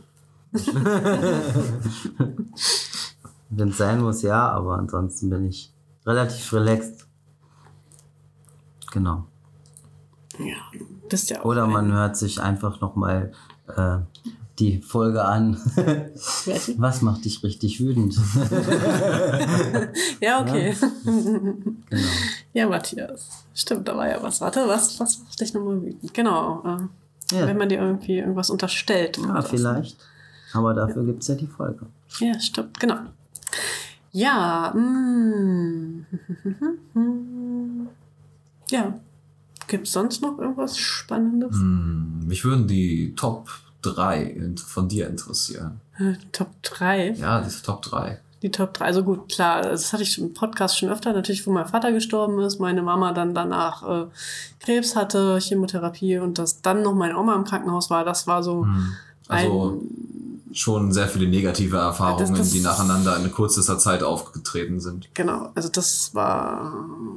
Wenn es sein muss, ja, aber ansonsten bin ich relativ relaxed. Genau. Ja, bist ja auch. Oder man hört sich einfach nochmal die Folge an. Was macht dich richtig wütend? Ja, okay. Ja? Genau. Ja, Matthias. Stimmt, da war ja was. Warte, was macht dich nochmal wütend? Genau. Ja. Wenn man dir irgendwie irgendwas unterstellt. Ja, vielleicht. Aber dafür gibt es ja die Folge. Ja, stimmt, genau. Ja, ja. Gibt es sonst noch irgendwas Spannendes? Mich würden die Top 3 von dir interessieren. Top 3? Ja, die Top 3. Die Top 3, also gut, klar, das hatte ich im Podcast schon öfter, natürlich, wo mein Vater gestorben ist, meine Mama dann danach Krebs hatte, Chemotherapie und dass dann noch meine Oma im Krankenhaus war, das war so schon sehr viele negative Erfahrungen, die nacheinander in kürzester Zeit aufgetreten sind. Genau, also das war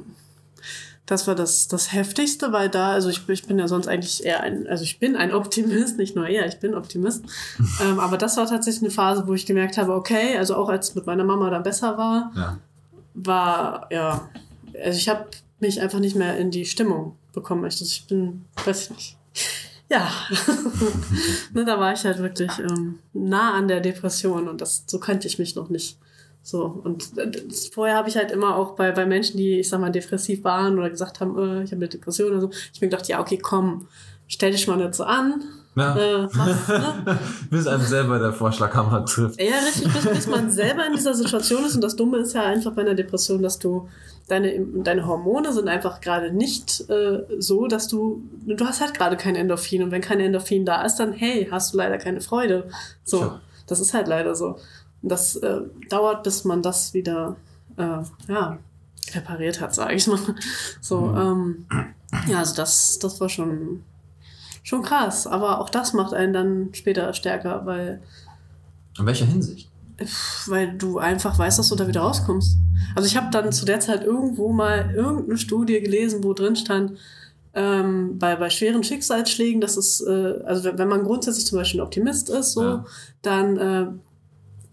das Heftigste, weil da, also ich bin ja sonst eigentlich eher ich bin ein Optimist, nicht nur eher, ich bin Optimist. Aber das war tatsächlich eine Phase, wo ich gemerkt habe, okay, also auch als es mit meiner Mama dann besser war, also ich habe mich einfach nicht mehr in die Stimmung bekommen. Also ich bin, weiß ich nicht. Ja, ne, da war ich halt wirklich nah an der Depression und so kannte ich mich noch nicht. So, und vorher habe ich halt immer auch bei Menschen, die, ich sag mal, depressiv waren oder gesagt haben, ich habe eine Depression oder so, ich mir gedacht, ja, okay, komm, stell dich mal nicht so an. Ja. Bis einem selber der Vorschlaghammer trifft. Ja, richtig, bis man selber in dieser Situation ist. Und das Dumme ist ja einfach bei einer Depression, dass du deine Hormone sind einfach gerade nicht so, dass du hast halt gerade kein Endorphin. Und wenn kein Endorphin da ist, dann, hey, hast du leider keine Freude. So, sure. Das ist halt leider so. Und das dauert, bis man das wieder repariert hat, sage ich mal. So, ja, also das war schon krass. Aber auch das macht einen dann später stärker, weil... In welcher Hinsicht? Weil du einfach weißt, dass du da wieder rauskommst. Also ich habe dann zu der Zeit irgendwo mal irgendeine Studie gelesen, wo drin stand, bei schweren Schicksalsschlägen, dass es, also wenn man grundsätzlich zum Beispiel ein Optimist ist, so, dann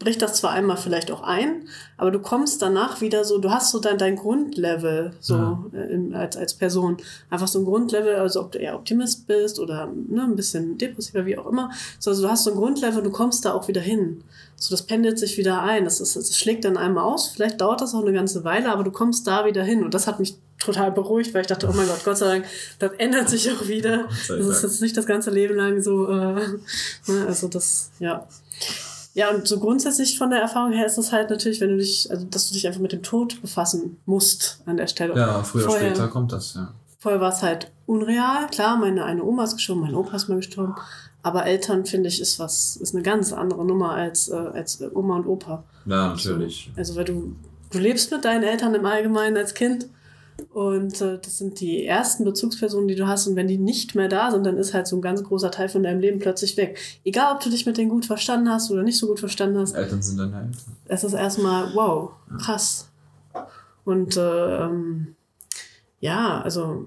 bricht das zwar einmal vielleicht auch ein, aber du kommst danach wieder so, du hast so dein Grundlevel so als Person. Einfach so ein Grundlevel, also ob du eher Optimist bist oder ein bisschen depressiver, wie auch immer. So, also du hast so ein Grundlevel, du kommst da auch wieder hin. So, das pendelt sich wieder ein. Das schlägt dann einmal aus. Vielleicht dauert das auch eine ganze Weile, aber du kommst da wieder hin. Und das hat mich total beruhigt, weil ich dachte, oh mein Gott sei Dank, das ändert sich auch wieder. Das ist jetzt nicht das ganze Leben lang so, also das, ja. Ja, und so grundsätzlich von der Erfahrung her ist es halt natürlich, wenn du dich, also dass du dich einfach mit dem Tod befassen musst an der Stelle. Ja, früher oder später kommt das, ja. Vorher war es halt unreal. Klar, meine eine Oma ist gestorben, mein Opa ist mal gestorben. Aber Eltern, finde ich, ist eine ganz andere Nummer als Oma und Opa. Ja, natürlich. Also weil du lebst mit deinen Eltern im Allgemeinen als Kind. Und das sind die ersten Bezugspersonen, die du hast. Und wenn die nicht mehr da sind, dann ist halt so ein ganz großer Teil von deinem Leben plötzlich weg. Egal, ob du dich mit denen gut verstanden hast oder nicht so gut verstanden hast. Eltern sind deine Eltern. Es ist erstmal, wow, krass. Und ja, also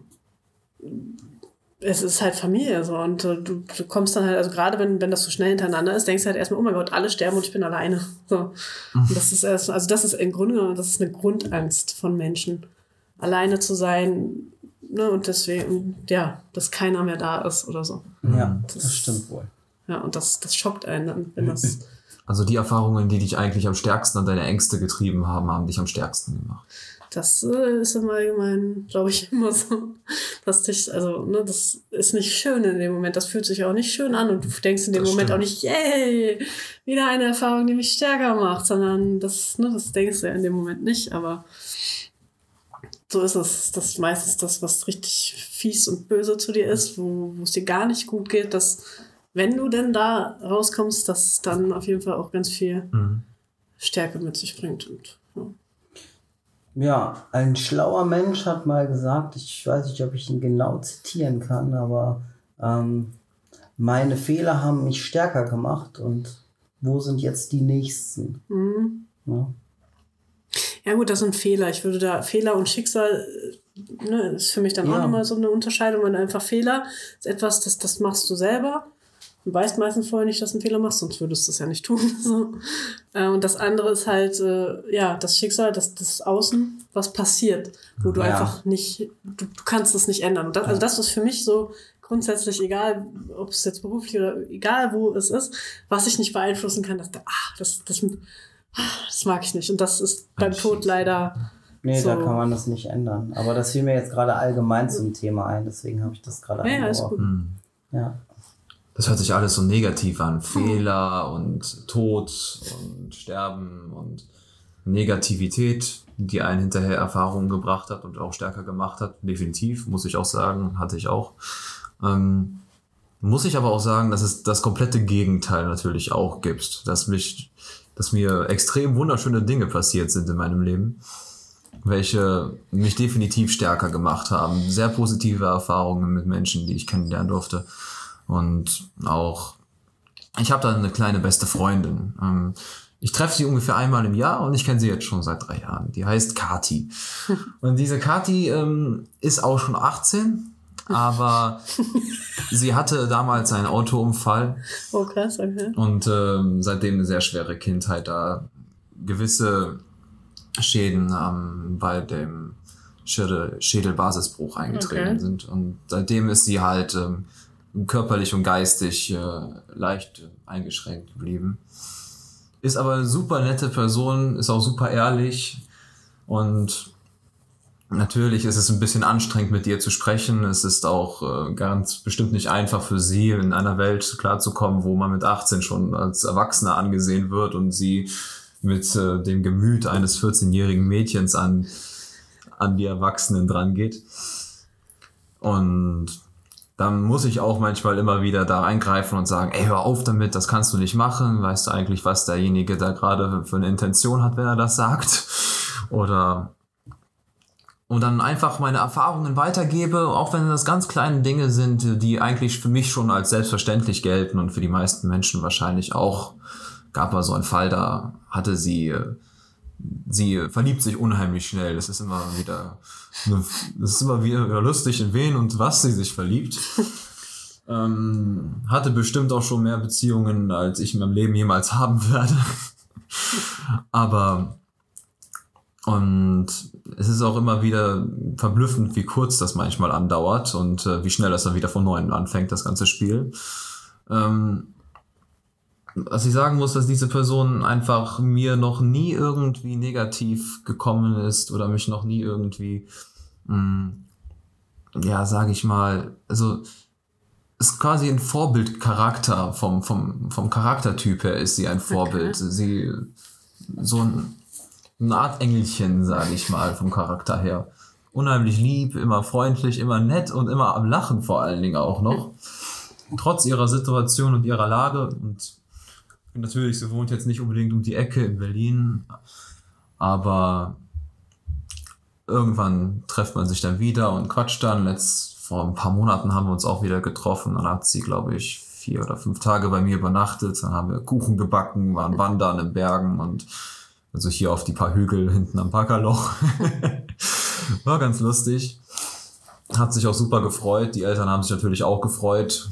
es ist halt Familie so. Und du kommst dann halt, also gerade wenn das so schnell hintereinander ist, denkst du halt erstmal, oh mein Gott, alle sterben und ich bin alleine. So. Und das ist das ist im Grunde genommen, das ist eine Grundangst von Menschen. Alleine zu sein, ne, und deswegen, ja, dass keiner mehr da ist oder so. Ja, das stimmt wohl. Ja, und das schockt einen dann, wenn das... Also die Erfahrungen, die dich eigentlich am stärksten an deine Ängste getrieben haben, haben dich am stärksten gemacht. Das ist im Allgemeinen, glaube ich, immer so, dass dich, also, ne, das ist nicht schön in dem Moment, das fühlt sich auch nicht schön an und du denkst in dem Moment auch nicht, yay, wieder eine Erfahrung, die mich stärker macht, sondern das denkst du ja in dem Moment nicht, aber so ist es. Das ist meistens das, was richtig fies und böse zu dir ist, wo es dir gar nicht gut geht, dass, wenn du denn da rauskommst, dass dann auf jeden Fall auch ganz viel Stärke mit sich bringt. Und, ja, ein schlauer Mensch hat mal gesagt, ich weiß nicht, ob ich ihn genau zitieren kann, aber meine Fehler haben mich stärker gemacht und wo sind jetzt die nächsten? Ja. Ja gut, das sind Fehler. Ich würde da Fehler und Schicksal, ne, ist für mich dann auch nochmal so eine Unterscheidung, wenn einfach Fehler ist etwas, das machst du selber. Du weißt meistens vorher nicht, dass du einen Fehler machst, sonst würdest du es ja nicht tun. So. Und das andere ist halt, das Schicksal, das Außen, was passiert, wo du einfach nicht, du kannst das nicht ändern. Und das ist für mich so grundsätzlich, egal, ob es jetzt beruflich oder egal wo es ist, was ich nicht beeinflussen kann, das mag ich nicht. Und das ist beim Tod leider. Nee, so. Da kann man das nicht ändern. Aber das fiel mir jetzt gerade allgemein zum Thema ein, deswegen habe ich das gerade eingeworfen. Ja. Das hört sich alles so negativ an. Fehler und Tod und Sterben und Negativität, die einen hinterher Erfahrungen gebracht hat und auch stärker gemacht hat. Definitiv, muss ich auch sagen, hatte ich auch. Muss ich aber auch sagen, dass es das komplette Gegenteil natürlich auch gibt. Dass mir extrem wunderschöne Dinge passiert sind in meinem Leben, welche mich definitiv stärker gemacht haben. Sehr positive Erfahrungen mit Menschen, die ich kennenlernen durfte. Und auch, ich habe da eine kleine beste Freundin. Ich treffe sie ungefähr einmal im Jahr und ich kenne sie jetzt schon seit 3 Jahren. Die heißt Kati. Und diese Kati ist auch schon 18, aber sie hatte damals einen Autounfall. Oh krass, okay. Und seitdem eine sehr schwere Kindheit, da gewisse Schäden bei dem Schädelbasisbruch eingetreten sind. Und seitdem ist sie halt körperlich und geistig leicht eingeschränkt geblieben. Ist aber eine super nette Person, ist auch super ehrlich und natürlich ist es ein bisschen anstrengend, mit ihr zu sprechen. Es ist auch ganz bestimmt nicht einfach für sie, in einer Welt klarzukommen, wo man mit 18 schon als Erwachsener angesehen wird und sie mit dem Gemüt eines 14-jährigen Mädchens an die Erwachsenen dran geht. Und dann muss ich auch manchmal immer wieder da eingreifen und sagen, ey, hör auf damit, das kannst du nicht machen. Weißt du eigentlich, was derjenige da gerade für eine Intention hat, wenn er das sagt? Und dann einfach meine Erfahrungen weitergebe, auch wenn das ganz kleine Dinge sind, die eigentlich für mich schon als selbstverständlich gelten und für die meisten Menschen wahrscheinlich auch. Gab mal so einen Fall, da hatte sie verliebt sich unheimlich schnell. Das ist immer wieder lustig, in wen und was sie sich verliebt. Hatte bestimmt auch schon mehr Beziehungen, als ich in meinem Leben jemals haben werde. Aber und es ist auch immer wieder verblüffend, wie kurz das manchmal andauert und wie schnell das dann wieder von Neuem anfängt, das ganze Spiel. Was ich sagen muss, dass diese Person einfach mir noch nie irgendwie negativ gekommen ist oder mich noch nie irgendwie, sage ich mal, also ist quasi ein Vorbildcharakter vom Charaktertyp her ist sie ein Vorbild. Okay. Sie so eine Art Engelchen, sage ich mal, vom Charakter her. Unheimlich lieb, immer freundlich, immer nett und immer am Lachen vor allen Dingen auch noch. Trotz ihrer Situation und ihrer Lage. Und natürlich, sie wohnt jetzt nicht unbedingt um die Ecke in Berlin, aber irgendwann trifft man sich dann wieder und quatscht dann. Vor ein paar Monaten haben wir uns auch wieder getroffen. Dann hat sie, glaube ich, 4 oder 5 Tage bei mir übernachtet. Dann haben wir Kuchen gebacken, waren wandern in Bergen und also hier auf die paar Hügel hinten am Packerloch. War ganz lustig. Hat sich auch super gefreut. Die Eltern haben sich natürlich auch gefreut.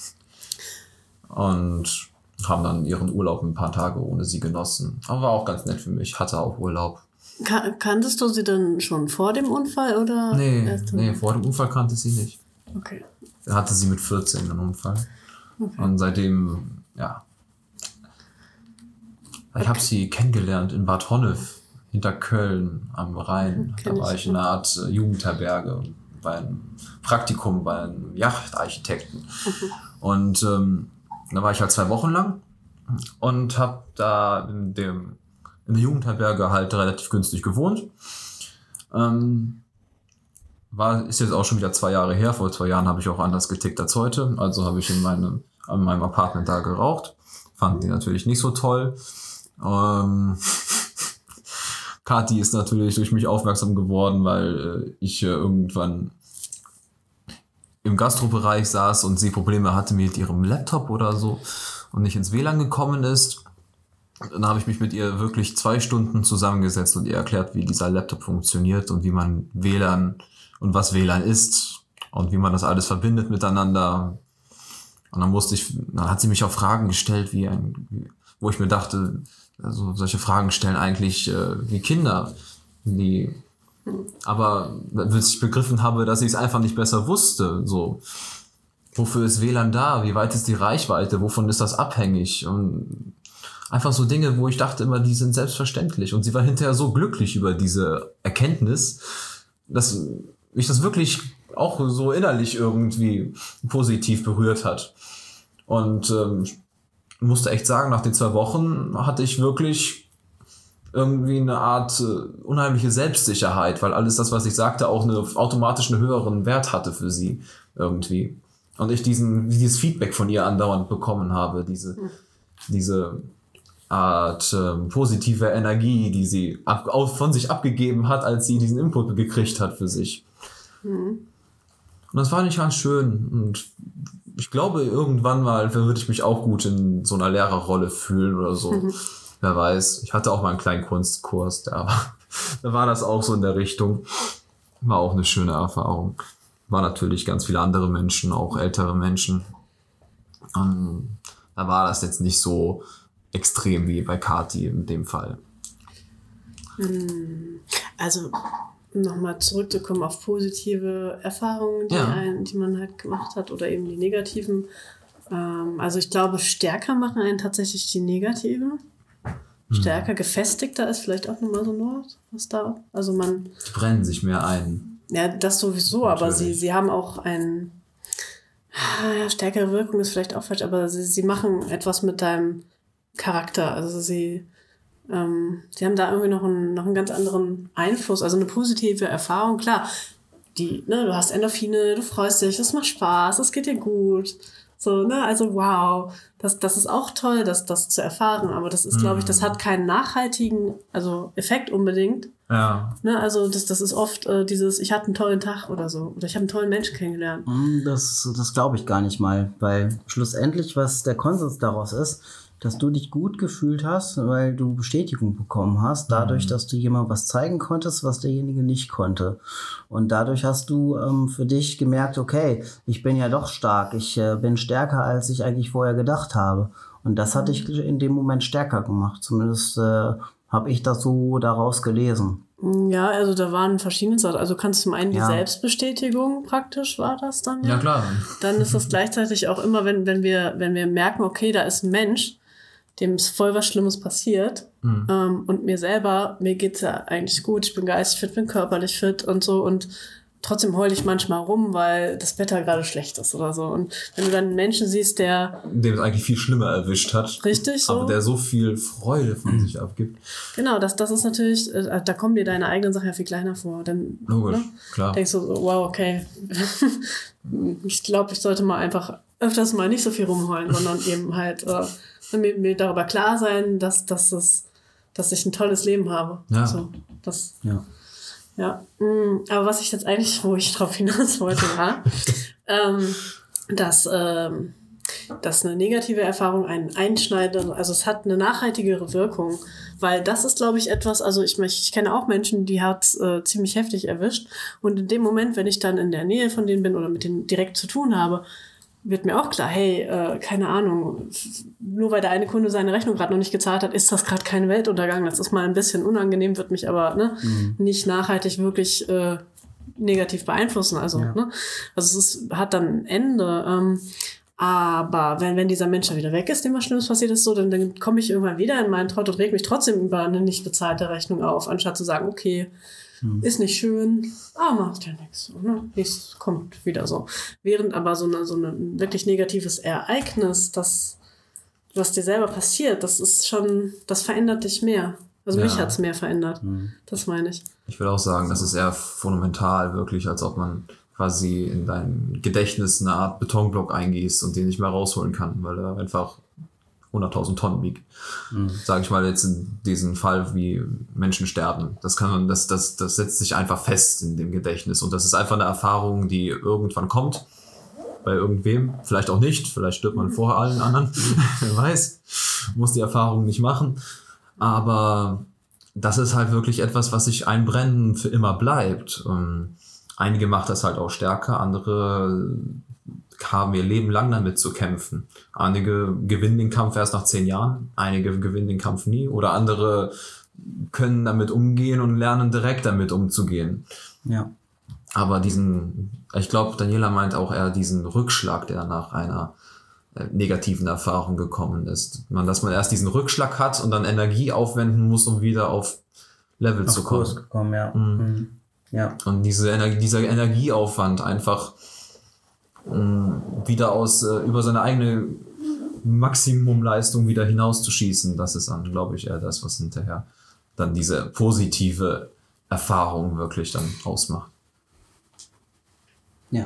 Und haben dann ihren Urlaub ein paar Tage ohne sie genossen. Aber war auch ganz nett für mich. Hatte auch Urlaub. Kanntest du sie dann schon vor dem Unfall? Oder Nee, vor dem Unfall kannte sie nicht. Okay. Er hatte sie mit 14 einen Unfall. Okay. Und seitdem, Ich habe sie kennengelernt in Bad Honnef, hinter Köln am Rhein. Da war ich in einer Art Jugendherberge bei einem Praktikum bei einem Yachtarchitekten. Und da war ich halt 2 Wochen lang und habe da in der Jugendherberge halt relativ günstig gewohnt. Ist jetzt auch schon wieder 2 Jahre her. Vor 2 Jahren habe ich auch anders getickt als heute. Also habe ich in meinem Apartment da geraucht. Fanden die natürlich nicht so toll. Kathi ist natürlich durch mich aufmerksam geworden, weil ich irgendwann im Gastrobereich saß und sie Probleme hatte mit ihrem Laptop oder so und nicht ins WLAN gekommen ist. Dann habe ich mich mit ihr wirklich 2 Stunden zusammengesetzt und ihr erklärt, wie dieser Laptop funktioniert und wie man WLAN und was WLAN ist und wie man das alles verbindet miteinander. Und dann hat sie mich auch Fragen gestellt, wo ich mir dachte, also solche Fragen stellen eigentlich wie Kinder, aber bis ich begriffen habe, dass ich es einfach nicht besser wusste, so. Wofür ist WLAN da? Wie weit ist die Reichweite? Wovon ist das abhängig? Und einfach so Dinge, wo ich dachte immer, die sind selbstverständlich. Und sie war hinterher so glücklich über diese Erkenntnis, dass mich das wirklich auch so innerlich irgendwie positiv berührt hat. Und musste echt sagen, nach den 2 Wochen hatte ich wirklich irgendwie eine Art unheimliche Selbstsicherheit, weil alles das, was ich sagte, auch automatisch einen höheren Wert hatte für sie irgendwie. Und ich dieses Feedback von ihr andauernd bekommen habe, diese Art positive Energie, die sie von sich abgegeben hat, als sie diesen Input gekriegt hat für sich. Und das fand ich ganz schön. Und ich glaube, irgendwann mal würde ich mich auch gut in so einer Lehrerrolle fühlen oder so. Wer weiß. Ich hatte auch mal einen kleinen Kunstkurs, da war das auch so in der Richtung. War auch eine schöne Erfahrung. War natürlich ganz viele andere Menschen, auch ältere Menschen. Da war das jetzt nicht so extrem wie bei Kathi in dem Fall. Also nochmal zurückzukommen auf positive Erfahrungen, die man halt gemacht hat oder eben die negativen. Also ich glaube, stärker machen einen tatsächlich die negativen. Stärker, gefestigter ist vielleicht auch nochmal so ein Wort, was da, also man... Die brennen sich mehr ein. Ja, das sowieso, natürlich. Aber sie haben auch stärkere Wirkung ist vielleicht auch falsch, aber sie machen etwas mit deinem Charakter, also sie haben da irgendwie noch einen ganz anderen Einfluss, also eine positive Erfahrung, klar, du hast Endorphine, du freust dich, es macht Spaß, es geht dir gut, so, ne, also wow, das ist auch toll, das zu erfahren, aber das ist, glaube ich, das hat keinen nachhaltigen, Effekt unbedingt. Ja. Ne, also das ist oft ich hatte einen tollen Tag oder so, oder ich habe einen tollen Menschen kennengelernt. Das glaube ich gar nicht mal, weil schlussendlich, was der Konsens daraus ist, dass du dich gut gefühlt hast, weil du Bestätigung bekommen hast, dadurch, dass du jemandem was zeigen konntest, was derjenige nicht konnte. Und dadurch hast du für dich gemerkt, okay, ich bin ja doch stark, ich bin stärker, als ich eigentlich vorher gedacht habe. Und das hat dich in dem Moment stärker gemacht. Zumindest habe ich das so daraus gelesen. Ja, also da waren verschiedene Sachen. Also kannst zum einen die Selbstbestätigung praktisch war das dann. Ja, klar. Dann ist das gleichzeitig auch immer, wenn wir merken, okay, da ist ein Mensch, dem ist voll was Schlimmes passiert. Und mir geht's ja eigentlich gut. Ich bin geistig fit, bin körperlich fit und so. Und trotzdem heule ich manchmal rum, weil das Wetter gerade schlecht ist oder so. Und wenn du dann einen Menschen siehst, dem es eigentlich viel schlimmer erwischt hat. Richtig, so. Aber der so viel Freude von sich abgibt. Genau, das ist natürlich, da kommen dir deine eigenen Sachen ja viel kleiner vor. Dann, logisch, klar. Denkst du so, wow, okay. Ich glaube, ich sollte mal einfach öfters mal nicht so viel rumheulen, sondern eben halt mir darüber klar sein, dass ich ein tolles Leben habe. Ja. So, ja, aber was ich jetzt eigentlich, wo ich drauf hinaus wollte, war, dass eine negative Erfahrung einen einschneidet, also es hat eine nachhaltigere Wirkung, weil das ist, glaube ich, etwas, also ich kenne auch Menschen, die hat ziemlich heftig erwischt und in dem Moment, wenn ich dann in der Nähe von denen bin oder mit denen direkt zu tun habe, wird mir auch klar, hey, keine Ahnung, nur weil der eine Kunde seine Rechnung gerade noch nicht gezahlt hat, ist das gerade kein Weltuntergang. Das ist mal ein bisschen unangenehm, wird mich aber nicht nachhaltig wirklich negativ beeinflussen. Also, also hat dann ein Ende. Aber wenn dieser Mensch dann wieder weg ist, dem was Schlimmes passiert ist, so, dann komme ich irgendwann wieder in meinen Trott und reg mich trotzdem über eine nicht bezahlte Rechnung auf, anstatt zu sagen, okay, ist nicht schön, macht ja nichts. So, ne? Es kommt wieder so. Während aber so ein wirklich negatives Ereignis, was dir selber passiert, das verändert dich mehr. Also mich hat es mehr verändert. Das meine ich. Ich würde auch sagen, das ist eher fundamental wirklich, als ob man quasi in dein Gedächtnis eine Art Betonblock eingießt und den nicht mehr rausholen kann, weil er einfach 100.000 Tonnen wiegt. Sage ich mal jetzt in diesem Fall, wie Menschen sterben. Das setzt sich einfach fest in dem Gedächtnis und das ist einfach eine Erfahrung, die irgendwann kommt, bei irgendwem, vielleicht auch nicht, vielleicht stirbt man vor allen anderen, wer weiß, muss die Erfahrung nicht machen, aber das ist halt wirklich etwas, was sich einbrennen für immer bleibt. Einige macht das halt auch stärker, andere haben ihr Leben lang damit zu kämpfen. Einige gewinnen den Kampf erst nach 10 Jahren, einige gewinnen den Kampf nie oder andere können damit umgehen und lernen direkt damit umzugehen. Ja. Aber ich glaube, Daniela meint auch eher diesen Rückschlag, der nach einer negativen Erfahrung gekommen ist. Dass man erst diesen Rückschlag hat und dann Energie aufwenden muss, um wieder auf Level zu kommen. Kurs gekommen, ja. Ja. Und dieser Energieaufwand einfach wieder über seine eigene Maximumleistung wieder hinauszuschießen, das ist dann, glaube ich, eher das, was hinterher dann diese positive Erfahrung wirklich dann ausmacht. Ja.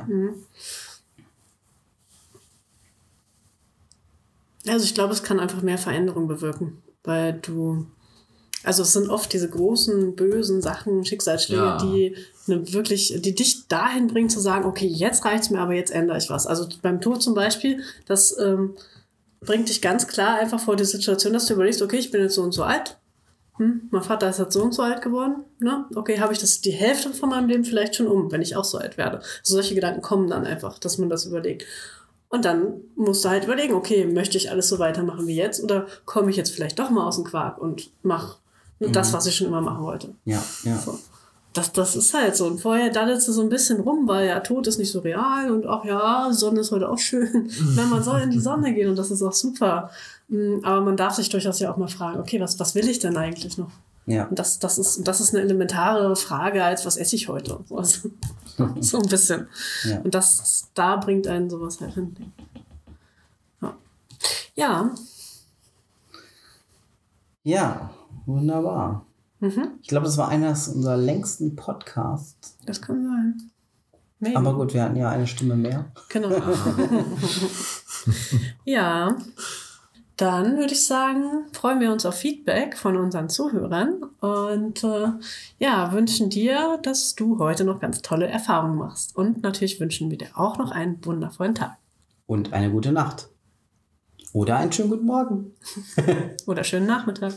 Also ich glaube, es kann einfach mehr Veränderung bewirken, weil also es sind oft diese großen, bösen Sachen, Schicksalsschläge, die dich dahin bringen zu sagen, okay, jetzt reicht's mir, aber jetzt ändere ich was. Also beim Tod zum Beispiel, das bringt dich ganz klar einfach vor die Situation, dass du überlegst, okay, ich bin jetzt so und so alt, mein Vater ist jetzt so und so alt geworden, ne? Okay, habe ich die Hälfte von meinem Leben vielleicht schon wenn ich auch so alt werde. Also solche Gedanken kommen dann einfach, dass man das überlegt. Und dann musst du halt überlegen, okay, möchte ich alles so weitermachen wie jetzt oder komme ich jetzt vielleicht doch mal aus dem Quark und mache das, was ich schon immer machen wollte. Ja. So. Das ist halt so. Und vorher daddelst du so ein bisschen rum, weil ja, Tod ist nicht so real und ach ja, Sonne ist heute auch schön. Man soll in die Sonne gehen und das ist auch super. Aber man darf sich durchaus ja auch mal fragen, okay, was will ich denn eigentlich noch? Ja. Und das ist eine elementare Frage als, was esse ich heute? Also, so ein bisschen. Ja. Und da bringt einen sowas halt hin. Ja. Ja, wunderbar. Ich glaube, das war einer unserer längsten Podcasts. Das kann sein. Maybe. Aber gut, wir hatten ja eine Stimme mehr. Genau. Ja. Dann würde ich sagen, freuen wir uns auf Feedback von unseren Zuhörern und wünschen dir, dass du heute noch ganz tolle Erfahrungen machst. Und natürlich wünschen wir dir auch noch einen wundervollen Tag. Und eine gute Nacht. Oder einen schönen guten Morgen. Oder schönen Nachmittag.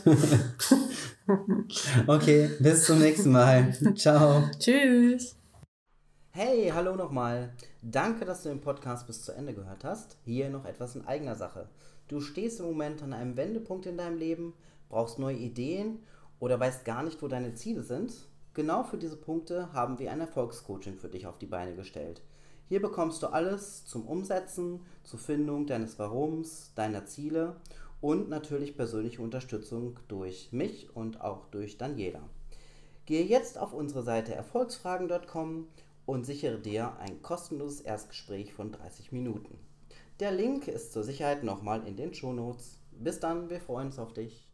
Okay, bis zum nächsten Mal. Ciao. Tschüss. Hey, hallo nochmal. Danke, dass du den Podcast bis zu Ende gehört hast. Hier noch etwas in eigener Sache. Du stehst im Moment an einem Wendepunkt in deinem Leben, brauchst neue Ideen oder weißt gar nicht, wo deine Ziele sind. Genau für diese Punkte haben wir ein Erfolgscoaching für dich auf die Beine gestellt. Hier bekommst du alles zum Umsetzen, zur Findung deines Warums, deiner Ziele und natürlich persönliche Unterstützung durch mich und auch durch Daniela. Gehe jetzt auf unsere Seite erfolgsfragen.com und sichere dir ein kostenloses Erstgespräch von 30 Minuten. Der Link ist zur Sicherheit nochmal in den Shownotes. Bis dann, wir freuen uns auf dich.